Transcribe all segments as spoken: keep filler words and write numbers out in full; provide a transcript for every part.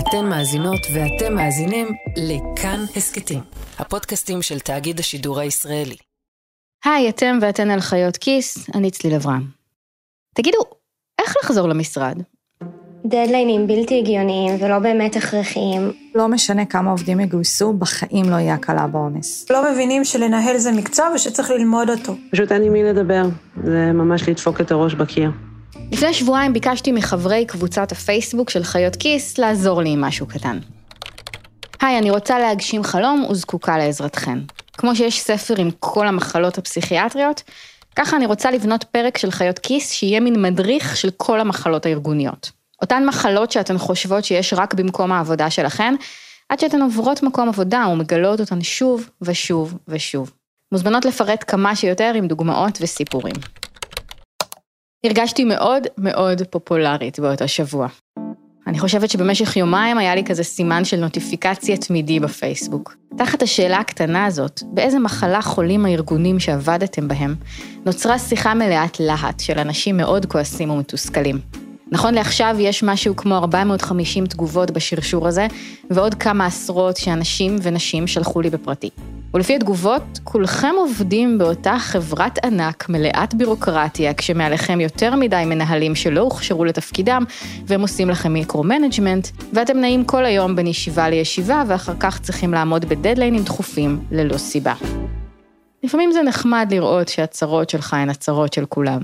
אתן מאזינות ואתם מאזינים לכאן הסקטים, הפודקאסטים של תאגיד השידור הישראלי. היי, אתם ואתן על חיות כיס, אני צליל אברהם. תגידו, איך לחזור למשרד? דדליינים בלתי הגיוניים ולא באמת הכרחיים. לא משנה כמה עובדים יגויסו, בחיים לא יהיה הקלה בעומס. לא מבינים שלנהל זה מקצוע ושצריך ללמוד אותו. פשוט אין עם מי לדבר, זה ממש לדפוק את הראש בקיר. לפני שבועיים ביקשתי מחברי קבוצת הפייסבוק של חיות כיס לעזור לי עם משהו קטן. היי, אני רוצה להגשים חלום וזקוקה לעזרתכן. כמו שיש ספר עם כל המחלות הפסיכיאטריות, ככה אני רוצה לבנות פרק של חיות כיס שיהיה מין מדריך של כל המחלות הארגוניות. אותן מחלות שאתן חושבות שיש רק במקום העבודה שלכן, עד שאתן עוברות מקום עבודה ומגלות אותן שוב ושוב ושוב. מוזמנות לפרט כמה שיותר עם דוגמאות וסיפורים. הרגשתי מאוד מאוד פופולרית באותו שבוע. אני חושבת שבמשך יומיים היה לי כזה סימן של נוטיפיקציה תמידי בפייסבוק. תחת השאלה הקטנה הזאת, באיזה מחלה חולים הארגונים שעבדתם בהם, נוצרה שיחה מלאת להט של אנשים מאוד כועסים ומתוסכלים. נכון לעכשיו יש משהו כמו ארבע מאות וחמישים תגובות בשרשור הזה, ועוד כמה עשרות שאנשים ונשים שלחו לי בפרטי. ולפי התגובות, כולכם עובדים באותה חברת ענק מלאת בירוקרטיה, כשמעליכם יותר מדי מנהלים שלא הוכשרו לתפקידם, והם עושים לכם מיקרו-מנג'מנט, ואתם נעים כל היום בין ישיבה לישיבה, ואחר כך צריכים לעמוד בדדליינים דחופים ללא סיבה. לפעמים זה נחמד לראות שהצרות שלך הן הצרות של כולם.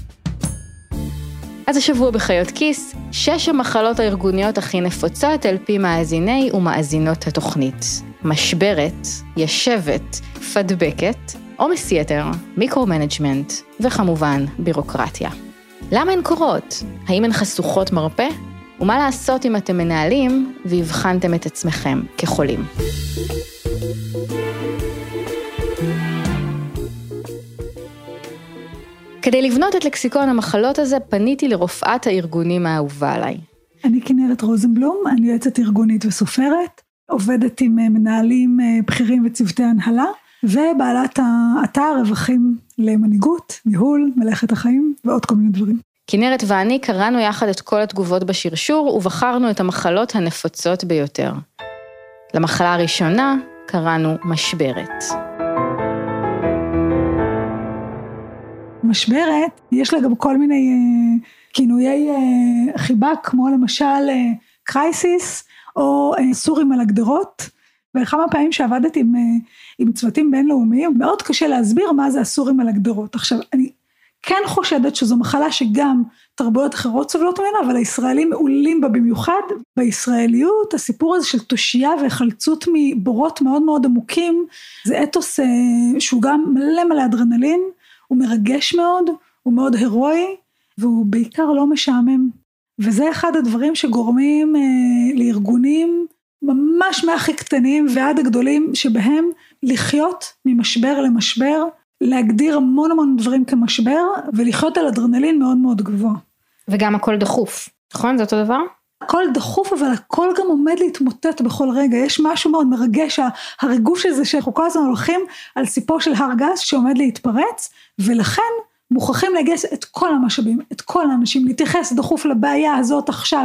אז השבוע בחיות כיס, שש המחלות הארגוניות הכי נפוצות על פי מאזיני ומאזינות התוכנית. משברת, ישבת, פדבקת, עומס יתר, מיקרו-מנג'מנט וכמובן בירוקרטיה. למה הן קורות? האם הן חשוכות מרפא? ומה לעשות אם אתם מנהלים והבחנתם את עצמכם כחולים? כדי לבנות את לקסיקון המחלות הזה, פניתי לרופאת הארגונים האהובה עליי. אני כנרת רוזנבלום, אני יועצת ארגונית וסופרת, עובדת עם מנהלים בכירים וצוותי הנהלה, ובעלת האתר רווחים למנהיגות, ניהול, מלאכת החיים ועוד כל מיני דברים. כנרת ואני קראנו יחד את כל התגובות בשרשור, ובחרנו את המחלות הנפוצות ביותר. למחלה הראשונה קראנו משברת. משברת, יש לה גם כל מיני uh, כינויי uh, חיבה, כמו למשל קרייסיס, uh, או uh, סורים על הגדרות, וכמה פעמים שעבדתי עם, uh, עם צוותים בינלאומיים, מאוד קשה להסביר מה זה הסורים על הגדרות. עכשיו, אני כן חושדת שזו מחלה שגם תרבויות אחרות סובלות ממנה, אבל הישראלים מעולים בה במיוחד. בישראליות, הסיפור הזה של תושייה והחלצות מבורות מאוד מאוד עמוקים, זה אתוס uh, שהוא גם מלא מלא אדרנלין, הוא מרגש מאוד, הוא מאוד הירואי, והוא בעיקר לא משעמם. וזה אחד הדברים שגורמים אה, לארגונים, ממש מהכי קטנים ועד הגדולים, שבהם לחיות ממשבר למשבר, להגדיר המון המון דברים כמשבר, ולחיות על אדרנלין מאוד מאוד גבוה. וגם הכל דחוף, נכון? זה אותו דבר? הכל דחוף, אבל הכל גם עומד להתמוטט בכל רגע. יש משהו מאוד מרגש, הריגוש הזה שאנחנו כל הזמן הולכים על סיפו של הר גז שעומד להתפרץ, ולכן מוכרחים לגייס את כל המשאבים, את כל האנשים, להתייחס דחוף לבעיה הזאת עכשיו.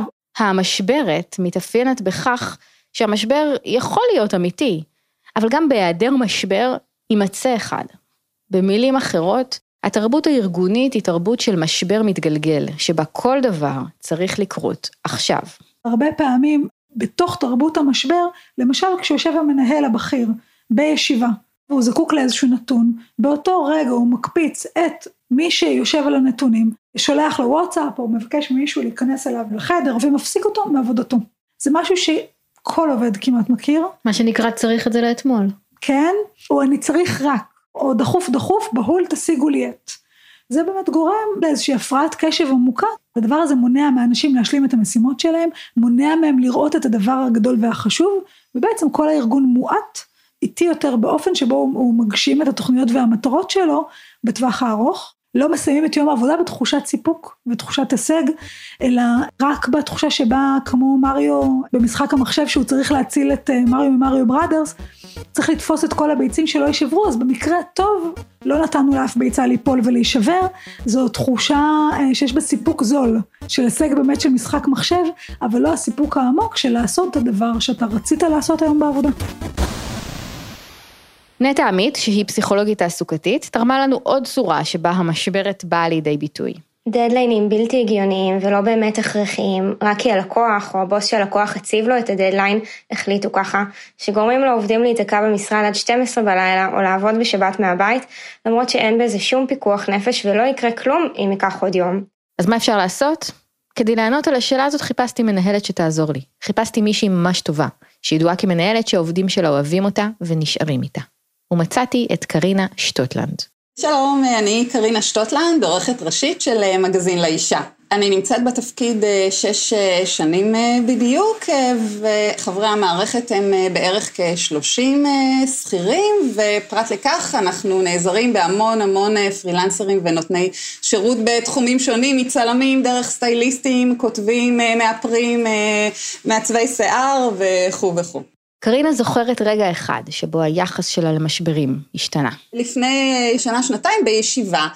המשברת מתאפיינת בכך שהמשבר יכול להיות אמיתי, אבל גם בהיעדר משבר יימצא אחד. במילים אחרות, התרבות הארגונית היא תרבות של משבר מתגלגל, שבה כל דבר צריך לקרות עכשיו. הרבה פעמים בתוך תרבות המשבר, למשל כשיושב המנהל הבכיר בישיבה, והוא זקוק לאיזשהו נתון, באותו רגע הוא מקפיץ את מי שיושב על הנתונים, שולח לו וואטסאפ או מבקש ממישהו להיכנס אליו לחדר, ומפסיק אותו מעבודתו. זה משהו שכל עובד כמעט מכיר. מה שנקרא צריך את זה לאתמול. כן, או אני צריך רק. או דחוף דחוף, בהול תשיגו לי את. זה באמת גורם לאיזושהי הפרעת קשב עמוקה, הדבר הזה מונע מהאנשים להשלים את המשימות שלהם, מונע מהם לראות את הדבר הגדול והחשוב, ובעצם כל הארגון מועט, איטי יותר באופן שבו הוא מגשים את התוכניות והמטרות שלו, בטווח הארוך, לא מסיימים את יום העבודה בתחושת סיפוק ותחושת הישג, אלא רק בתחושה שבה כמו מריו במשחק המחשב שהוא צריך להציל את מריו ממריו בראדרס, צריך לתפוס את כל הביצים שלא יישברו, אז במקרה טוב לא נתנו לאף ביצה ליפול ולהישבר, זו תחושה שיש בה סיפוק זול, של הישג באמת של משחק מחשב, אבל לא הסיפוק העמוק של לעשות את הדבר שאתה רצית לעשות היום בעבודה. נטע עמית, שהיא פסיכולוגית תעסוקתית, תרמה לנו עוד צורה שבה המשברת באה לידי ביטוי. דדליינים בלתי הגיוניים ולא באמת הכרחיים, רק כי הלקוח או הבוס של הלקוח הציב לו את הדדליין, החליטו ככה, שגורמים לעובדים להתעכב במשרד עד שתים עשרה בלילה או לעבוד בשבת מהבית, למרות שאין בזה שום פיקוח נפש ולא יקרה כלום אם ייקח עוד יום. אז מה אפשר לעשות? כדי לענות על השאלה הזאת חיפשתי מנהלת שתעזור לי. חיפשתי מישהי ממש טובה, שידועה כמנהלת שהעובדים שלה אוהבים אותה ונשארים איתה. ומצאתי את קרינה שטוטלנד. שלום, אני קרינה שטוטלנד, עורכת ראשית של מגזין לאישה. אני נמצאת בתפקיד שש שנים בדיוק, וחברי המערכת הם בערך כ-שלושים שכירים, ופרט לכך אנחנו נעזרים בהמון המון פרילנסרים ונותני שירות בתחומים שונים, מצלמים, דרך סטייליסטים, כותבים, מאפרים, מעצבי שיער וכו' וכו'. קרינה זוכרת רגע אחד שבו היחס שלה למשברים השתנה. לפני שנה, שנתיים בישיבה,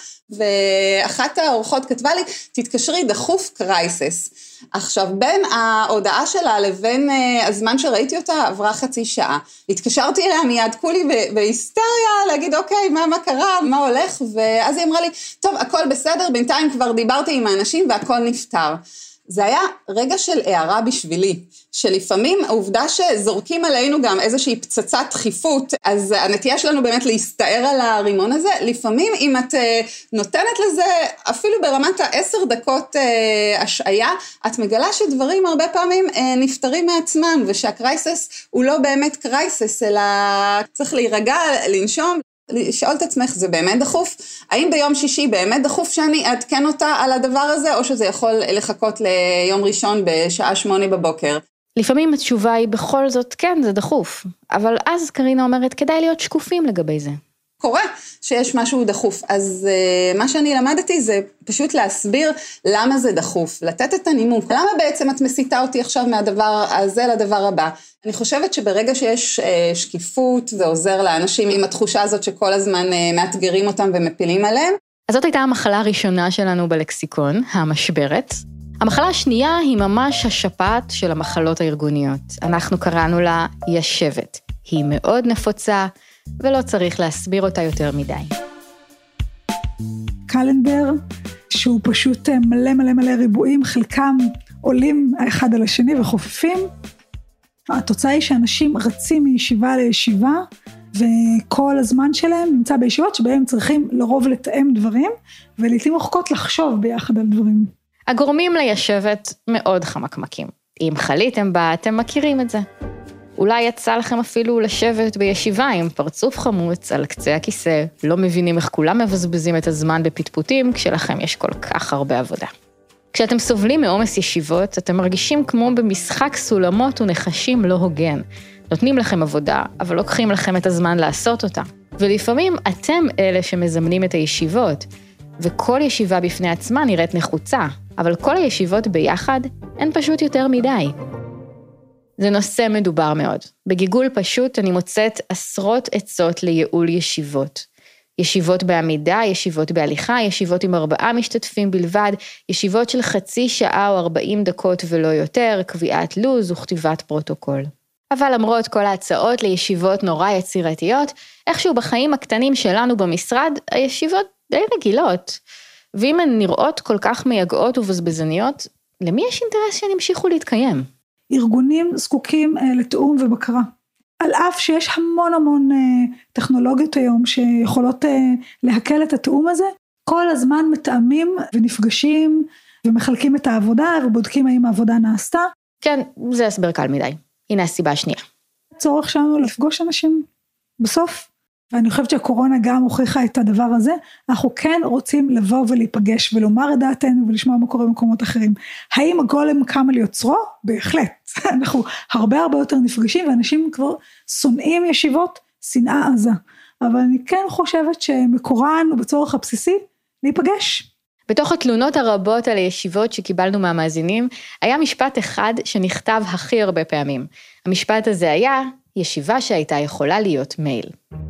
ואחת האורחות כתבה לי, תתקשרי דחוף קרייסס. עכשיו, בין ההודעה שלה לבין הזמן שראיתי אותה, עברה חצי שעה. התקשרתי אליה מיד, כולי בהיסטריה, להגיד, אוקיי, מה, מה קרה, מה הולך? ואז היא אמרה לי, טוב, הכל בסדר, בינתיים כבר דיברתי עם האנשים והכל נפתר. זה היה רגע של הערה בשבילי, שלפעמים העובדה שזורקים עלינו גם איזושהי פצצת דחיפות, אז הנטייה שלנו באמת להסתער על הרימון הזה, לפעמים אם את נותנת לזה אפילו ברמת העשר דקות השעיה, את מגלה שדברים הרבה פעמים נפטרים מעצמם, ושהקרייסס הוא לא באמת קרייסס, אלא צריך להירגע, לנשום, לשאול את עצמך, זה באמת דחוף? האם ביום שישי באמת דחוף שאני אעדכן אותה על הדבר הזה, או שזה יכול לחכות ליום ראשון בשעה שמונה בבוקר? לפעמים התשובה היא בכל זאת, כן, זה דחוף. אבל אז קרינה אומרת, כדאי להיות שקופים לגבי זה. קורה שיש משהו דחוף, אז uh, מה שאני למדתי זה פשוט להסביר למה זה דחוף, לתת את הנימוק, למה בעצם את מסיתה אותי עכשיו מהדבר הזה לדבר הבא. אני חושבת שברגע שיש uh, שקיפות, זה עוזר לאנשים עם התחושה הזאת שכל הזמן uh, מאתגרים אותם ומפילים עליהם. אז זאת הייתה המחלה הראשונה שלנו בלקסיקון, המשברת. המחלה השנייה היא ממש השפעת של המחלות הארגוניות. אנחנו קראנו לה ישבת. היא מאוד נפוצה, ולא צריך להסביר אותה יותר מדי. קלנדר, שהוא פשוט מלא מלא מלא ריבועים, חלקם עולים האחד על השני וחופפים. התוצאה היא שאנשים רצים מישיבה לישיבה, וכל הזמן שלהם נמצא בישיבות שבהם צריכים לרוב לתאם דברים, ולעתים רחוקות לחשוב ביחד על דברים. הגורמים לישבת מאוד חמקמקים. אם חליתם בה, אתם מכירים את זה. אולי יצא לכם אפילו לשבת בישיבה עם פרצוף חמוץ על קצה הכיסא, לא מבינים איך כולם מבזבזים את הזמן בפטפוטים, כשלכם יש כל כך הרבה עבודה. כשאתם סובלים מעומס ישיבות, אתם מרגישים כמו במשחק סולמות ונחשים לא הוגן. נותנים לכם עבודה, אבל לוקחים לכם את הזמן לעשות אותה. ולפעמים אתם אלה שמזמנים את הישיבות, וכל ישיבה בפני עצמה נראית נחוצה, אבל כל הישיבות ביחד הן פשוט יותר מדי. זה נושא מדובר מאוד. בגיגול פשוט אני מוצאת עשרות עצות לייעול ישיבות. ישיבות בעמידה, ישיבות בהליכה, ישיבות עם ארבעה משתתפים בלבד, ישיבות של חצי שעה או ארבעים דקות ולא יותר, קביעת לוז וכתיבת פרוטוקול. אבל למרות כל ההצעות לישיבות נורא יצירתיות, איכשהו בחיים הקטנים שלנו במשרד, הישיבות די רגילות. ואם הן נראות כל כך מייגעות ובזבזניות, למי יש אינטרס שהן ימשיכו להתקיים? ארגונים זקוקים uh, לתאום ובקרה. על אף שיש המון המון uh, טכנולוגיות היום שיכולות uh, להקל את התאום הזה, כל הזמן מתאמים ונפגשים ומחלקים את העבודה ובודקים האם העבודה נעשתה. כן, זה הסבר קל מדי. הנה הסיבה השנייה. הצורך שלנו לפגוש אנשים בסוף, ואני חושבת שהקורונה גם הוכיחה את הדבר הזה, אנחנו כן רוצים לבוא ולהיפגש ולומר את דעתנו ולשמוע מה קורה במקומות אחרים. האם הגולם קם על יוצרו? בהחלט. אנחנו הרבה הרבה יותר נפגשים, ואנשים כבר שונאים ישיבות, שנאה עזה. אבל אני כן חושבת שמקורן הוא בצורך הבסיסי להיפגש. בתוך התלונות הרבות על הישיבות שקיבלנו מהמאזינים, היה משפט אחד שנכתב הכי הרבה פעמים. המשפט הזה היה, ישיבה שהייתה יכולה להיות מייל.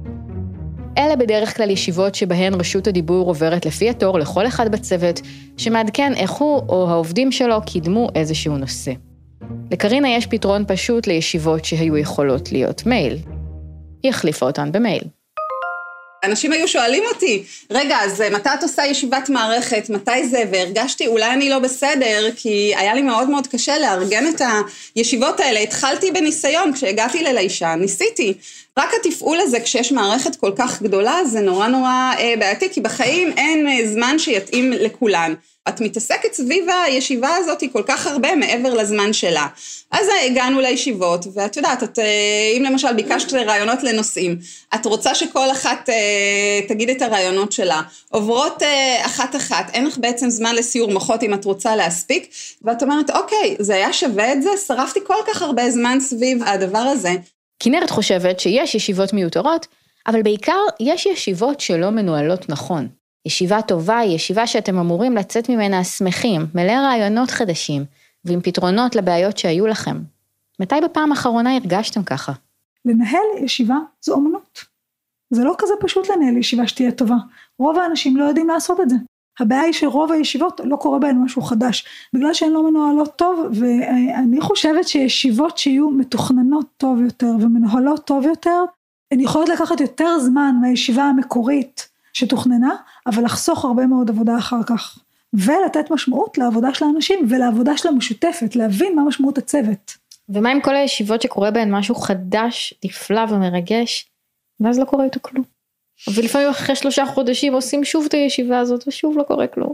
אלה בדרך כלל ישיבות שבהן רשות הדיבור עוברת לפי התור לכל אחד בצוות, שמעדכן איך הוא או העובדים שלו קידמו איזשהו נושא. לקרינה יש פתרון פשוט לישיבות שהיו יכולות להיות מייל. היא החליפה אותן במייל. אנשים היו שואלים אותי, רגע, אז מתי את עושה ישיבת מערכת, מתי זה, והרגשתי, אולי אני לא בסדר, כי היה לי מאוד מאוד קשה לארגן את הישיבות האלה. התחלתי בניסיון, כשהגעתי ללישה, ניסיתי. רק התפעול הזה, כשיש מערכת כל כך גדולה, זה נורא נורא אה, בעייתי, כי בחיים אין אה, זמן שיתאים לכולן. את מתעסקת סביב הישיבה הזאת כל כך הרבה מעבר לזמן שלה. אז הגענו לישיבות, ואת יודעת, את, אם למשל ביקשת רעיונות לנושאים, את רוצה שכל אחת תגיד את הרעיונות שלה, עוברות אחת אחת, אין לך בעצם זמן לסיור מוחות אם את רוצה להספיק, ואת אומרת, אוקיי, זה היה שווה את זה, שרפתי כל כך הרבה זמן סביב הדבר הזה. כנרת חושבת שיש ישיבות מיותרות, אבל בעיקר יש ישיבות שלא מנוהלות נכון. ישיבה טובה היא ישיבה שאתם אמורים לצאת ממנה שמחים, מלא רעיונות חדשים, ועם פתרונות לבעיות שהיו לכם. מתי בפעם האחרונה הרגשתם ככה? לנהל ישיבה זו אומנות. זה לא כזה פשוט לנהל ישיבה שתהיה טובה. רוב האנשים לא יודעים לעשות את זה. הבעיה היא שרוב הישיבות לא קורה בהן משהו חדש, בגלל שהן לא מנוהלות טוב, ואני חושבת שישיבות שיהיו מתוכננות טוב יותר ומנוהלות טוב יותר, הן יכולות לקחת יותר זמן מהישיבה המקורית שתוכננה, אבל לחסוך הרבה מאוד עבודה אחר כך, ולתת משמעות לעבודה של האנשים ולעבודה של המשותפת, להבין מה משמעות הצוות. ומה עם כל הישיבות שקורה בהן משהו חדש, נפלא ומרגש, ואז לא קורה איתו כלום. ולפעמים אחרי שלושה חודשים עושים שוב את הישיבה הזאת, ושוב לא קורה כלום.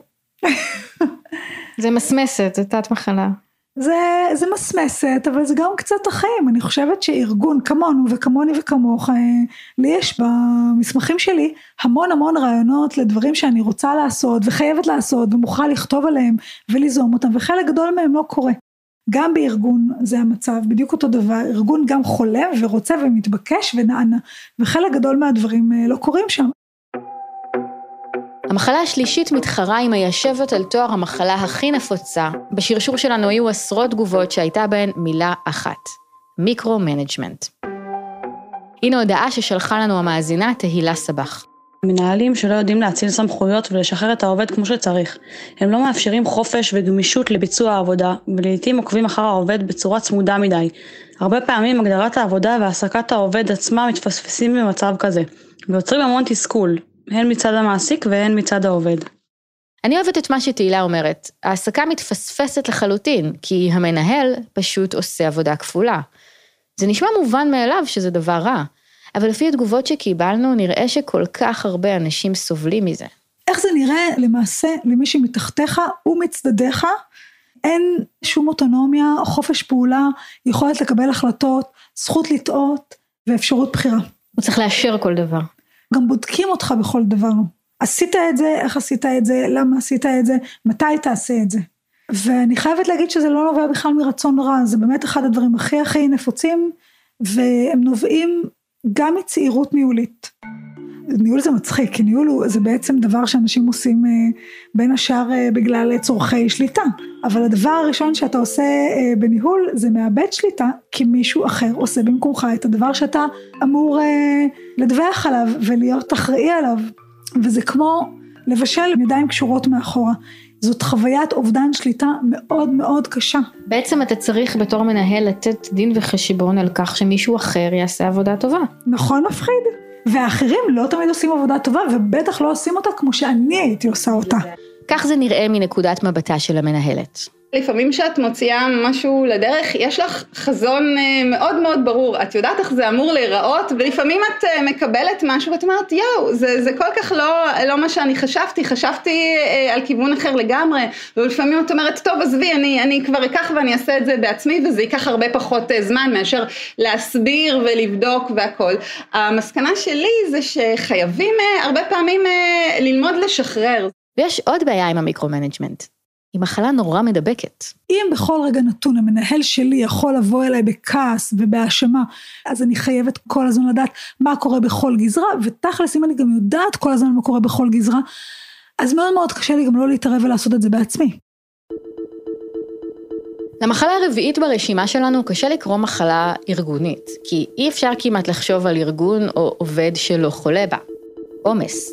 זה מסמסת, זה תת מחלה. זה, זה מסמסת, אבל זה גם קצת החיים. אני חושבת שארגון כמונו וכמוני וכמוך, לי יש במסמכים שלי המון המון רעיונות לדברים שאני רוצה לעשות וחייבת לעשות ומוכרחה לכתוב עליהם וליזום אותם, וחלק גדול מהם לא קורה. גם בארגון זה המצב, בדיוק אותו דבר, ארגון גם חולם ורוצה ומתבקש ונענה, וחלק גדול מהדברים לא קורים שם. המחלה השלישית מתחרה עם הישבת על תואר המחלה הכי נפוצה. בשרשור שלנו היו עשרות תגובות שהייתה בהן מילה אחת. מיקרו-מנג'מנט. הנה הודעה ששלחה לנו המאזינה תהילה סבח. מנהלים שלא יודעים להציל סמכויות ולשחרר את העובד כמו שצריך. הם לא מאפשרים חופש וגמישות לביצוע העבודה, ולעיתים עוקבים אחר העובד בצורה צמודה מדי. הרבה פעמים הגדרת העבודה והעסקת העובד עצמה מתפספסים במצב כזה, ויוצרים המון תסכול. הן מצד המעסיק והן מצד העובד. אני אוהבת את מה שתהילה אומרת. העסקה מתפספסת לחלוטין, כי המנהל פשוט עושה עבודה כפולה. זה נשמע מובן מאליו שזה דבר רע, אבל לפי התגובות שקיבלנו נראה שכל כך הרבה אנשים סובלים מזה. איך זה נראה למעשה למי שמתחתיך ומצדדיך? אין שום אוטונומיה, חופש פעולה, יכולת לקבל החלטות, זכות לטעות ואפשרות בחירה. הוא צריך לאשר כל דבר. גם בודקים אותך בכל דבר. עשית את זה, איך עשית את זה, למה עשית את זה, מתי תעשה את זה. ואני חייבת להגיד שזה לא נובע בכלל מרצון רע, זה באמת אחד הדברים הכי הכי נפוצים, והם נובעים גם מצעירות ניהולית. ניהול זה מצחיק, כי ניהול זה בעצם דבר שאנשים עושים בין השאר בגלל צורכי שליטה, אבל הדבר הראשון שאתה עושה בניהול זה מאבד שליטה, כי מישהו אחר עושה במקומך את הדבר שאתה אמור לדווח עליו ולהיות אחראי עליו, וזה כמו לבשל עם ידיים קשורות מאחורה. זאת חוויית אובדן שליטה מאוד מאוד קשה. בעצם אתה צריך בתור מנהל לתת דין וחשבון על כך שמישהו אחר יעשה עבודה טובה. נכון, מפחיד. והאחרים לא תמיד עושים עבודה טובה, ובטח לא עושים אותה כמו שאני הייתי עושה אותה. כך זה נראה מנקודת מבטה של המנהלת. לפעמים שאת מוציאה משהו לדרך, יש לך חזון מאוד מאוד ברור, את יודעת איך זה אמור להיראות, ולפעמים את מקבלת משהו ואת אומרת, יאו, זה, זה כל כך לא, לא מה שאני חשבתי, חשבתי על כיוון אחר לגמרי, ולפעמים את אומרת, טוב, עזבי, אני, אני כבר אקח ואני אעשה את זה בעצמי, וזה ייקח הרבה פחות זמן מאשר להסביר ולבדוק והכל. המסקנה שלי זה שחייבים הרבה פעמים ללמוד לשחרר. ויש עוד בעיה עם המיקרו-מנג'מנט. היא מחלה נורא מדבקת. אם בכל רגע נתון המנהל שלי יכול לבוא אליי בכעס ובהאשמה, אז אני חייבת כל הזמן לדעת מה קורה בכל גזרה, ותכלס אם אני גם יודעת כל הזמן מה קורה בכל גזרה, אז מאוד מאוד קשה לי גם לא להתערב ולעשות את זה בעצמי. למחלה הרביעית ברשימה שלנו קשה לקרוא מחלה ארגונית, כי אי אפשר כמעט לחשוב על ארגון או עובד שלא חולה בה. עומס.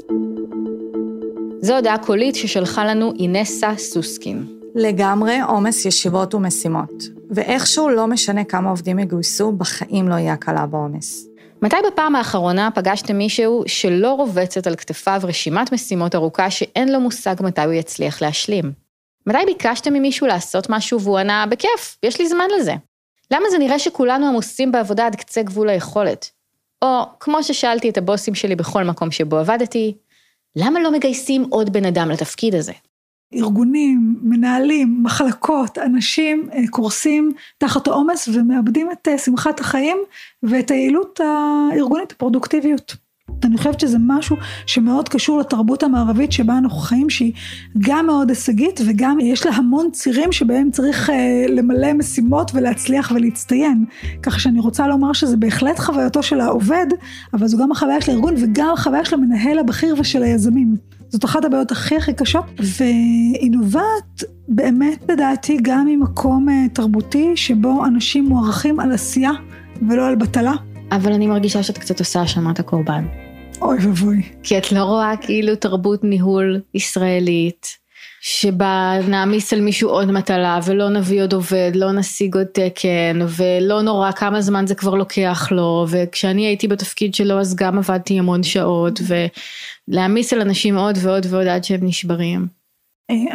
זו הודעה קולית ששלחה לנו אינסה סוסקין. לגמרי עומס ישיבות ומשימות, ואיכשהו לא משנה כמה עובדים יגויסו, בחיים לא יהיה קלה בעומס. מתי בפעם האחרונה פגשתם מישהו שלא רובצת על כתפיו רשימת משימות ארוכה שאין לו מושג מתי הוא יצליח להשלים? מתי ביקשתם ממישהו לעשות משהו והוא ענה, בכיף, יש לי זמן לזה? למה זה נראה שכולנו עמוסים בעבודה עד קצה גבול היכולת? או, כמו ששאלתי את הבוסים שלי בכל מקום שבו עבדתי, למה לא מגייסים עוד בן אדם לתפקיד הזה? ארגונים, מנהלים, מחלקות, אנשים קורסים תחת העומס ומאבדים את שמחת החיים ואת היעילות הארגונית, הפרודוקטיביות. אני חושבת שזה משהו שמאוד קשור לתרבות המערבית שבה אנחנו חיים, שהיא גם מאוד הישגית וגם יש לה המון צירים שבהם צריך למלא משימות ולהצליח ולהצטיין. ככה שאני רוצה לומר שזה בהחלט חווייתו של העובד, אבל זו גם החוויה של הארגון וגם החוויה של המנהל הבכיר ושל היזמים. זאת אחת הבעיות הכי הכי קשות, והיא נובעת באמת לדעתי גם ממקום תרבותי שבו אנשים מוערכים על עשייה ולא על בטלה. אבל אני מרגישה שאת קצת עושה האשמת הקורבן. אוי ובוי. כי את לא רואה כאילו תרבות ניהול ישראלית, שבה נעמיס על מישהו עוד מטלה, ולא נביא עוד עובד, לא נשיג עוד תקן, ולא נורא כמה זמן זה כבר לוקח לו, וכשאני הייתי בתפקיד שלו, אז גם עבדתי המון שעות, ולהעמיס על אנשים עוד ועוד ועוד עד שהם נשברים. אני,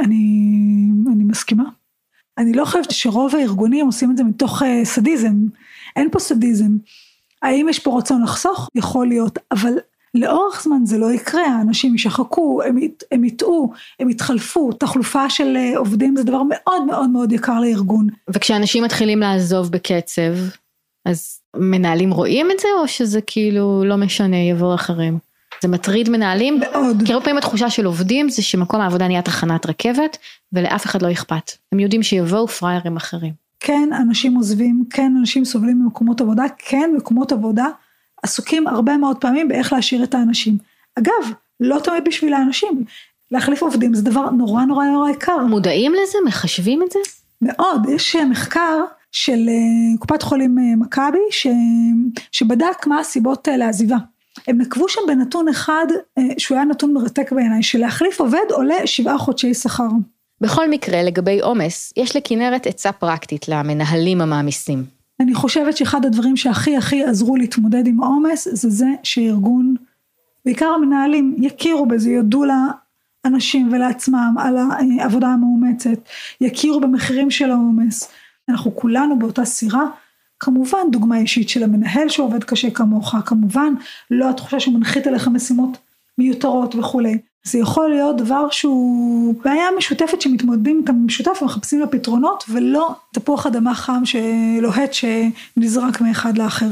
אני מסכימה. אני לא חושבת שרוב הארגונים עושים את זה מתוך סדיזם. אין פה סדיזם. האם יש פה רצון לחסוך? יכול להיות, אבל לאורך זמן זה לא יקרה, האנשים ישחקו, הם, הם יטעו, הם יתחלפו, תחלופה של עובדים זה דבר מאוד מאוד מאוד יקר לארגון. וכשאנשים מתחילים לעזוב בקצב, אז מנהלים רואים את זה, או שזה כאילו לא משנה, יבוא אחרים? זה מטריד מנהלים? מאוד. כי הרבה פעמים התחושה של עובדים, זה שמקום העבודה נהיה תחנת רכבת, ולאף אחד לא אכפת. הם יודעים שיבואו פריירים אחרים. כן, אנשים עוזבים, כן, אנשים סובלים ממקומות עבודה, כן, מקומות עבודה עסוקים הרבה מאוד פעמים באיך להשאיר את האנשים. אגב, לא תמיד בשביל האנשים, להחליף עובדים זה דבר נורא נורא נורא יקר. מודעים לזה? מחשבים את זה? מאוד, יש מחקר של קופת חולים מכבי, ש... שבדק מה הסיבות לעזיבה. הם נקבו שם בנתון אחד, שהוא היה נתון מרתק בעיניי, שלהחליף עובד עולה שבעה חודשי שכר. בכל מקרה, לגבי עומס, יש לכנרת עצה פרקטית למנהלים המעמיסים. אני חושבת שאחד הדברים שהכי הכי עזרו להתמודד עם העומס, זה זה שארגון, בעיקר המנהלים, יכירו בזה, יודו לאנשים ולעצמם על העבודה המאומצת, יכירו במחירים של העומס. אנחנו כולנו באותה סירה, כמובן דוגמה אישית של המנהל שעובד קשה כמוך, כמובן לא התחושה שמנחית עליך משימות מיותרות וכו'. זה יכול להיות דבר שהוא בעיה משותפת שמתמודדים איתם משותף ומחפשים לה פתרונות, ולא תפוח אדמה חם שלוהט שנזרק מאחד לאחר.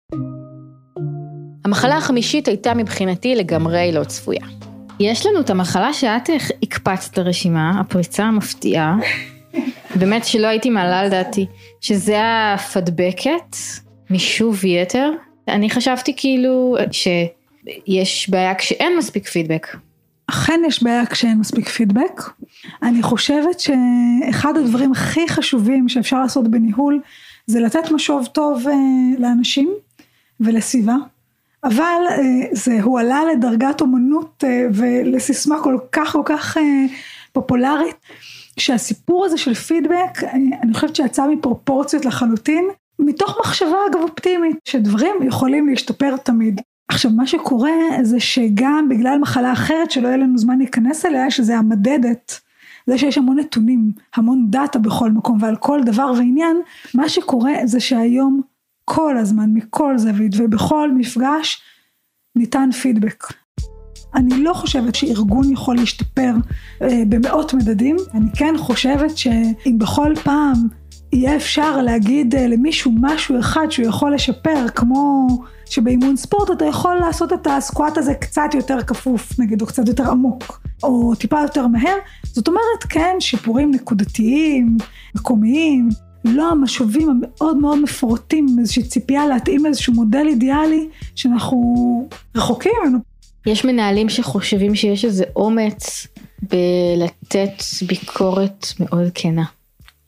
המחלה החמישית הייתה מבחינתי לגמרי לא צפויה. יש לנו את המחלה שאת הקפצת הרשימה, הפריצה המפתיעה, באמת שלא הייתי מעלה על דעתי, שזה הפדבקת משוב יתר. אני חשבתי כאילו שיש בעיה כשאין מספיק פידבק. אכן יש בעיה כשאין מספיק פידבק. אני חושבת שאחד הדברים הכי חשובים שאפשר לעשות בניהול, זה לתת משוב טוב לאנשים ולסביבה, אבל זה הועלה לדרגת אומנות ולסיסמה כל כך כל כך פופולרית, שהסיפור הזה של פידבק, אני חושבת שיצא מפרופורציות לחלוטין, מתוך מחשבה אגב אופטימית, שדברים יכולים להשתפר תמיד. עכשיו מה שקורה זה שגם בגלל מחלה אחרת שלא יהיה לנו זמן להיכנס אליה, שזה המדדת, זה שיש המון נתונים, המון דאטה בכל מקום ועל כל דבר ועניין, מה שקורה זה שהיום כל הזמן מכל זווית ובכל מפגש ניתן פידבק. אני לא חושבת שארגון יכול להשתפר אה, במאות מדדים, אני כן חושבת שאם בכל פעם יהיה אפשר להגיד אה, למישהו משהו אחד שהוא יכול לשפר, כמו שבאימון ספורט אתה יכול לעשות את הסקואט הזה קצת יותר כפוף, נגיד, או קצת יותר עמוק, או טיפה יותר מהר, זאת אומרת כן, שיפורים נקודתיים, מקומיים, לא המשובים המאוד מאוד מפורטים, איזושהי ציפייה להתאים איזשהו מודל אידיאלי, שאנחנו רחוקים ממנו. יש מנהלים שחושבים שיש איזה אומץ בלתת ביקורת מאוד כנה. או,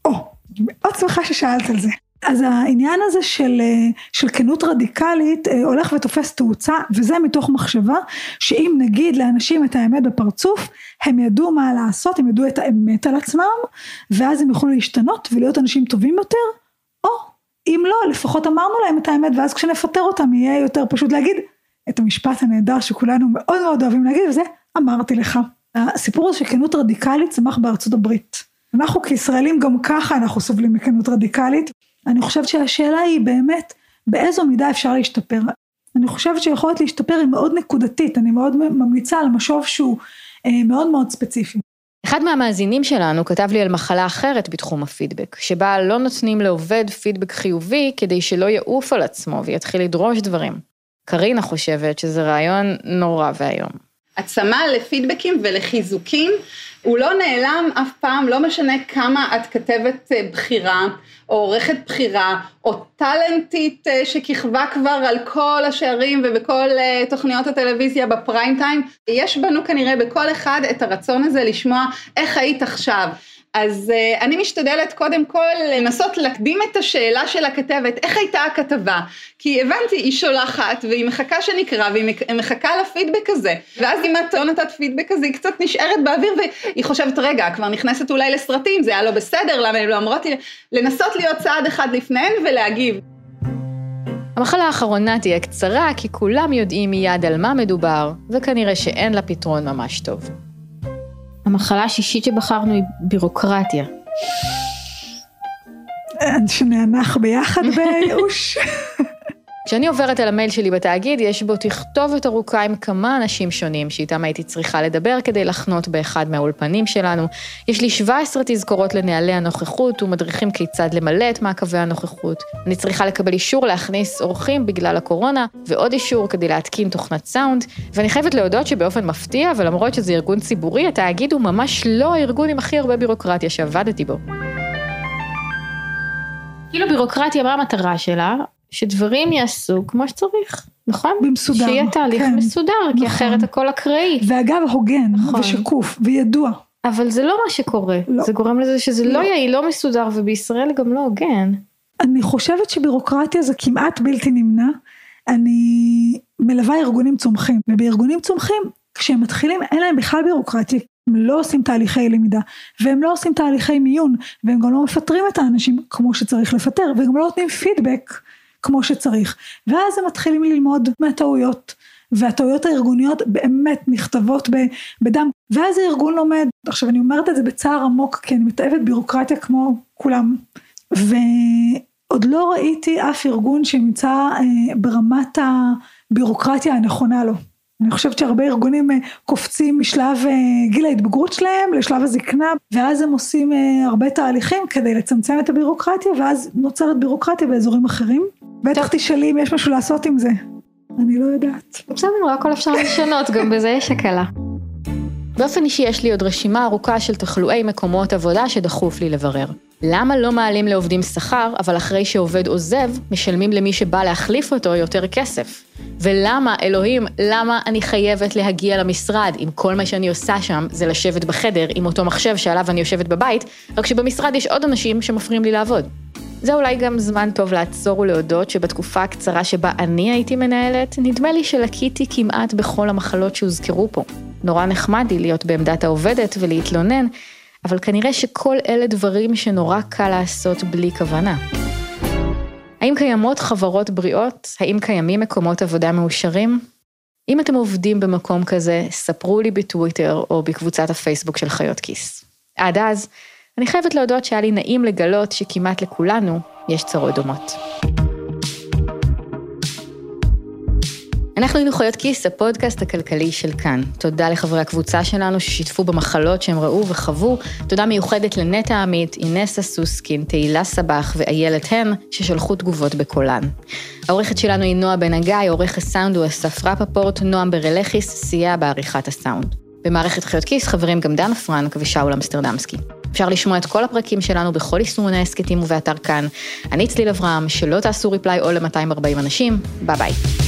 מאוד שמחה ששאלת על זה. אז העניין הזה של, של כנות רדיקלית הולך ותופס תאוצה, וזה מתוך מחשבה שאם נגיד לאנשים את האמת בפרצוף, הם ידעו מה לעשות, הם ידעו את האמת על עצמם, ואז הם יוכלו להשתנות ולהיות אנשים טובים יותר, או אם לא, לפחות אמרנו להם את האמת, ואז כשנפטר אותם יהיה יותר פשוט להגיד את המשפט הנהדר שכולנו מאוד מאוד אוהבים להגיד, וזה אמרתי לך. הסיפור הזה של כנות רדיקלית צמח בארצות הברית. אנחנו כישראלים גם ככה אנחנו סובלים מכנות רדיקלית, אני חושבת שהשאלה היא באמת, באיזו מידה אפשר להשתפר. אני חושבת שיכולת להשתפר היא מאוד נקודתית, אני מאוד ממליצה על משוב שהוא אה, מאוד מאוד ספציפי. אחד מהמאזינים שלנו כתב לי על מחלה אחרת בתחום הפידבק, שבה לא נותנים לעובד פידבק חיובי, כדי שלא יעוף על עצמו ויתחיל לדרוש דברים. קרינה חושבת שזה רעיון נורא והיום. עצמה לפידבקים ולחיזוקים, הוא לא נעלם אף פעם, לא משנה כמה את כתבת בחירה, או עורכת בחירה, או טלנטית שכיכבה כבר על כל השערים ובכל תוכניות הטלוויזיה בפריים טיים, יש בנו כנראה בכל אחד את הרצון הזה לשמוע איך היית עכשיו. אז uh, אני משתדלת קודם כל לנסות להקדים את השאלה של הכתבת, איך הייתה הכתבה? כי הבנתי, היא שולחת והיא מחכה שנקרא והיא מחכה לפידבק הזה. ואז אם את לא נתת פידבק הזה, היא קצת נשארת באוויר והיא חושבת, רגע, כבר נכנסת אולי לסרטים, זה היה לא בסדר, למה הם לא אמרות לי, לנסות להיות צעד אחד לפניהן ולהגיב. המחלה האחרונה תהיה קצרה, כי כולם יודעים מיד על מה מדובר, וכנראה שאין לה פתרון ממש טוב. המחלה השישית שבחרנו היא בירוקרטיה. שנענך ביחד בייאוש. כשאני עוברת על המייל שלי בתאגיד, יש בו תכתובת ארוכה עם כמה אנשים שונים, שאיתם הייתי צריכה לדבר כדי לחנות באחד מהאולפנים שלנו. יש לי שבע עשרה תזכורות לנהלי הנוכחות, ומדריכים כיצד למלא את מעקבי הנוכחות. אני צריכה לקבל אישור להכניס אורחים בגלל הקורונה, ועוד אישור כדי להתקין תוכנת סאונד, ואני חייבת להודות שבאופן מפתיע, ולמרות שזה ארגון ציבורי, התאגיד הוא ממש לא הארגון עם הכי הרבה בירוקרטיה שעבדתי בו. כאילו בירוקרטיה, מה המטרה שלה? שדברים יעשו כמו שצריך, נכון? במסודר. שיהיה תהליך כן. מסודר, נכון. כי אחרת הכל אקראי. ואגב, הוגן, נכון. ושקוף, וידוע. אבל זה לא מה שקורה. לא. זה גורם לזה שזה לא, לא יהיה, לא מסודר, ובישראל גם לא הוגן. אני חושבת שבירוקרטיה זה כמעט בלתי נמנע. אני מלווה ארגונים צומחים, ובארגונים צומחים, כשהם מתחילים, אין להם בכלל בירוקרטיה. הם לא עושים תהליכי למידה, והם לא עושים תהליכי מיון, והם גם לא מפטרים את האנשים כמו שצריך לפטר, וגם לא נותנים פידבק כמו שצריך, ואז הם מתחילים ללמוד מהטעויות, והטעויות הארגוניות באמת נכתבות בדם, ואז הארגון לומד. עכשיו אני אומרת את זה בצער עמוק, כי אני מתאהבת בירוקרטיה כמו כולם, ועוד לא ראיתי אף ארגון שנמצא ברמת הבירוקרטיה הנכונה לו. אני חושבת שהרבה ארגונים קופצים משלב גיל ההתבגרות שלהם לשלב הזקנה, ואז הם עושים הרבה תהליכים כדי לצמצם את הבירוקרטיה, ואז נוצרת בירוקרטיה באזורים אחרים. בטח תשאלי אם יש משהו לעשות עם זה. אני לא יודעת. בסדר, לא הכל אפשר לשנות, גם בזה יש הקלה. באופן אישי יש לי עוד רשימה ארוכה של תחלואי מקומות עבודה שדחוף לי לברר. למה לא מעלים לעובדים שכר, אבל אחרי שעובד עוזב, משלמים למי שבא להחליף אותו יותר כסף? ולמה, אלוהים, למה אני חייבת להגיע למשרד, אם כל מה שאני עושה שם זה לשבת בחדר עם אותו מחשב שעליו אני יושבת בבית, רק שבמשרד יש עוד אנשים שמפריעים לי לעבוד? זה אולי גם זמן טוב לעצור ולהודות שבתקופה הקצרה שבה אני הייתי מנהלת, נדמה לי שלקיתי כמעט בכל המחלות שהוזכרו פה. נורא נחמד לי להיות בעמדת העובדת ולהתלונן, אבל כנראה שכל אלה דברים שנורא קל לעשות בלי כוונה. האם קיימות חברות בריאות? האם קיימים מקומות עבודה מאושרים? אם אתם עובדים במקום כזה, ספרו לי בטוויטר או בקבוצת הפייסבוק של חיות כיס. עד אז, אני חייבת להודות שהיה לי נעים לגלות שכמעט לכולנו יש צרות דומות. אנחנו היינו חיות כיס, הפודקאסט הכלכלי של כאן. תודה לחברי הקבוצה שלנו ששיתפו במחלות שהם ראו וחוו. תודה מיוחדת לנטע עמית, אינסה סוסקין, תהילה סבח ואיילת הן ששלחו תגובות בקולן. העורכת שלנו היא נועה בן הגיא, עורך הסאונד הוא אסף רפפורט, נועם ברלכיס סייע בעריכת הסאונד. במערכת חיות כיס חברים גם דנה פרנק ושאול אמסטרדמסקי. אפשר לשמוע את כל הפרקים שלנו בכל יישומוני העסקתים ובאתר כאן. אני צליל אברהם, שלא תעשו ריפליי או ל-מאתיים וארבעים אנשים. ביי ביי.